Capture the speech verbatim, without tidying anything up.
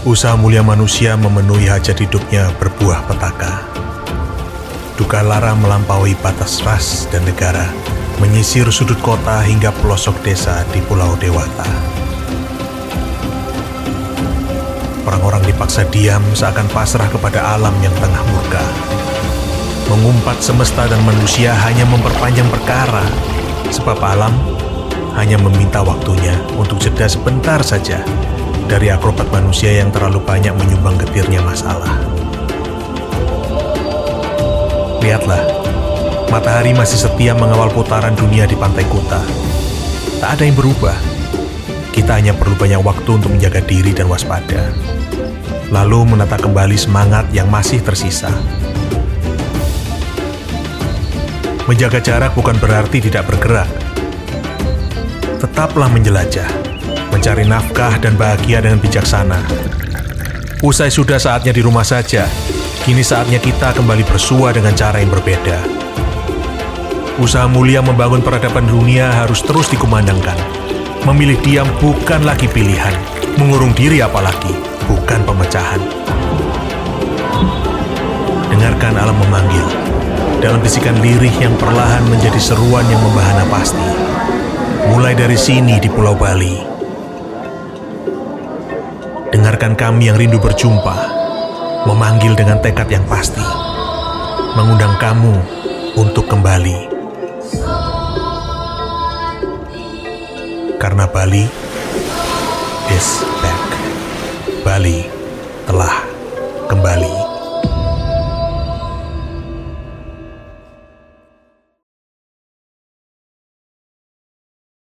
Usaha mulia manusia memenuhi hajat hidupnya berbuah petaka. Duka lara melampaui batas ras dan negara, menyisir sudut kota hingga pelosok desa di Pulau Dewata. Orang-orang dipaksa diam seakan pasrah kepada alam yang tengah murka. Mengumpat semesta dan manusia hanya memperpanjang perkara, sebab alam hanya meminta waktunya untuk jeda sebentar saja dari akrobat manusia yang terlalu banyak menyumbang getirnya masalah. Lihatlah, matahari masih setia mengawal putaran dunia di pantai Kuta. Tak ada yang berubah. Kita hanya perlu banyak waktu untuk menjaga diri dan waspada, lalu menata kembali semangat yang masih tersisa. Menjaga jarak bukan berarti tidak bergerak. Tetaplah menjelajah, mencari nafkah dan bahagia dengan bijaksana. Usai sudah saatnya di rumah saja, kini saatnya kita kembali bersua dengan cara yang berbeda. Usaha mulia membangun peradaban dunia harus terus dikumandangkan. Memilih diam bukan lagi pilihan, mengurung diri apalagi, bukan pemecahan. Dengarkan alam memanggil, dalam bisikan lirih yang perlahan menjadi seruan yang membahana pasti. Mulai dari sini di Pulau Bali. Dengarkan kami yang rindu berjumpa, memanggil dengan tekad yang pasti, mengundang kamu untuk kembali. Karena Bali is back. Bali telah kembali.